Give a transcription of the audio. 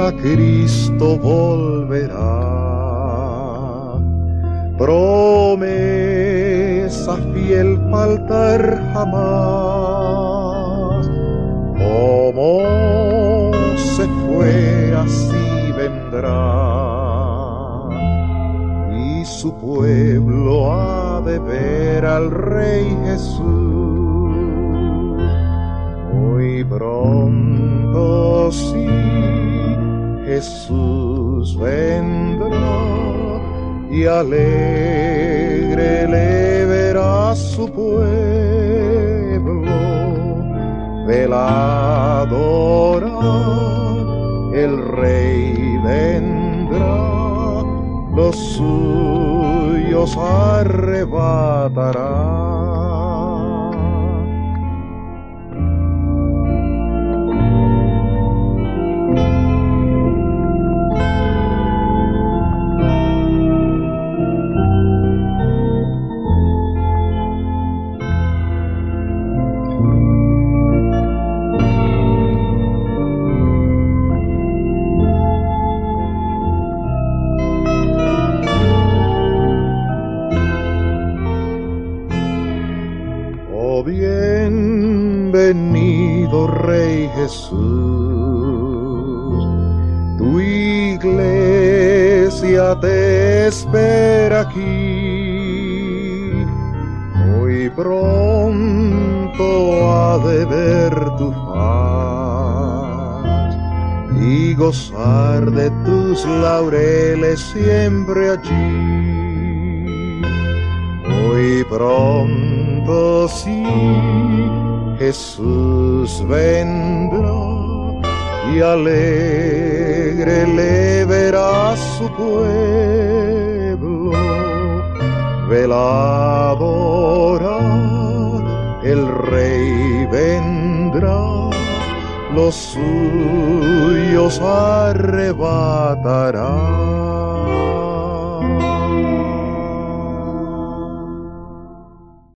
día Cristo volverá. Promesa fiel faltar jamás. Como se fue, así vendrá. Y su pueblo ha de ver al Rey Jesús. Muy pronto sí, Jesús vendrá y alegre le verá su pueblo. Veladora, el Rey vendrá, los suyos arrebatará. Bienvenido Rey Jesús, tu iglesia te espera aquí. Muy pronto ha de ver tu faz y gozar de tus laureles siempre allí. Muy pronto sí, Jesús vendrá y alegre le verá su pueblo. Veladora, el Rey vendrá, los suyos arrebatará.